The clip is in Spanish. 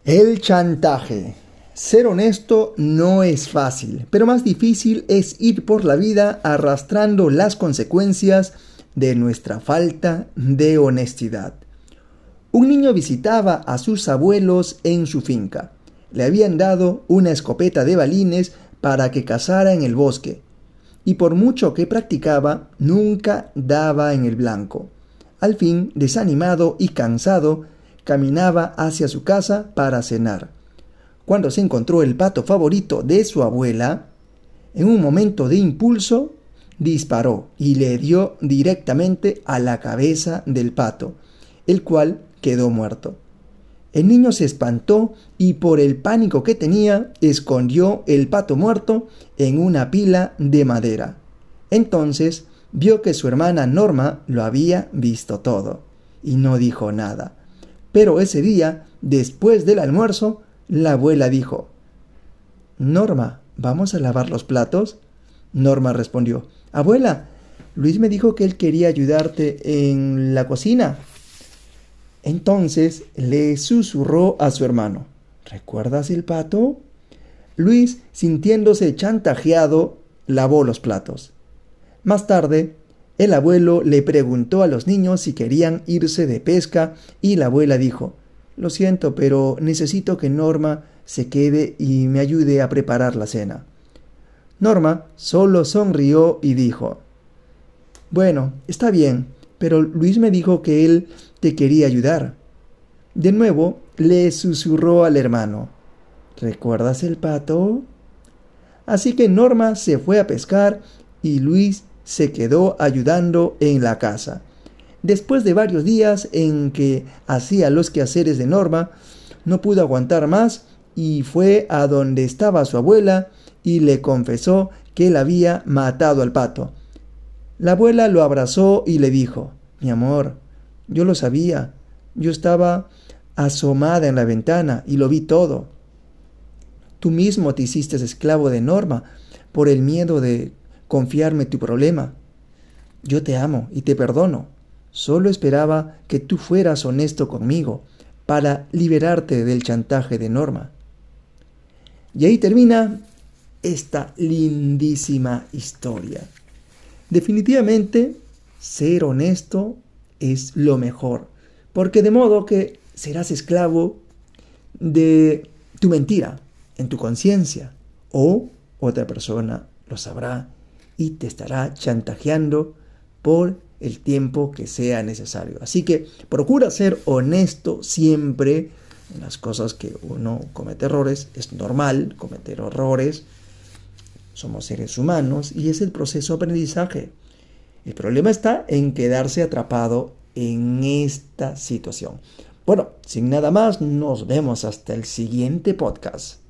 El chantaje. Ser honesto no es fácil, pero más difícil es ir por la vida arrastrando las consecuencias de nuestra falta de honestidad. Un niño visitaba a sus abuelos en su finca. Le habían dado una escopeta de balines para que cazara en el bosque, y por mucho que practicaba, nunca daba en el blanco. Al fin, desanimado y cansado, caminaba hacia su casa para cenar. Cuando se encontró el pato favorito de su abuela, en un momento de impulso, disparó y le dio directamente a la cabeza del pato, el cual quedó muerto. El niño se espantó y por el pánico que tenía, escondió el pato muerto en una pila de madera. Entonces vio que su hermana Norma lo había visto todo y no dijo nada. Pero ese día, después del almuerzo, la abuela dijo: «Norma, ¿vamos a lavar los platos?». Norma respondió: «Abuela, Luis me dijo que él quería ayudarte en la cocina». Entonces le susurró a su hermano: «¿Recuerdas el pato?». Luis, sintiéndose chantajeado, lavó los platos. Más tarde, el abuelo le preguntó a los niños si querían irse de pesca y la abuela dijo: «Lo siento, pero necesito que Norma se quede y me ayude a preparar la cena». Norma solo sonrió y dijo: «Bueno, está bien, pero Luis me dijo que él te quería ayudar». De nuevo le susurró al hermano: «¿Recuerdas el pato?». Así que Norma se fue a pescar y Luis se quedó ayudando en la casa. Después de varios días en que hacía los quehaceres de Norma, no pudo aguantar más y fue a donde estaba su abuela y le confesó que él había matado al pato. La abuela lo abrazó y le dijo: «Mi amor, yo lo sabía. Yo estaba asomada en la ventana y lo vi todo. Tú mismo te hiciste esclavo de Norma por el miedo de confiarme tu problema. Yo te amo y te perdono. Solo esperaba que tú fueras honesto conmigo para liberarte del chantaje de Norma». Y ahí termina esta lindísima historia. Definitivamente, ser honesto es lo mejor, porque de modo que serás esclavo de tu mentira en tu conciencia, o otra persona lo sabrá y te estará chantajeando por el tiempo que sea necesario. Así que procura ser honesto siempre en las cosas que uno comete errores. Es normal cometer errores. Somos seres humanos y es el proceso de aprendizaje. El problema está en quedarse atrapado en esta situación. Bueno, sin nada más, nos vemos hasta el siguiente podcast.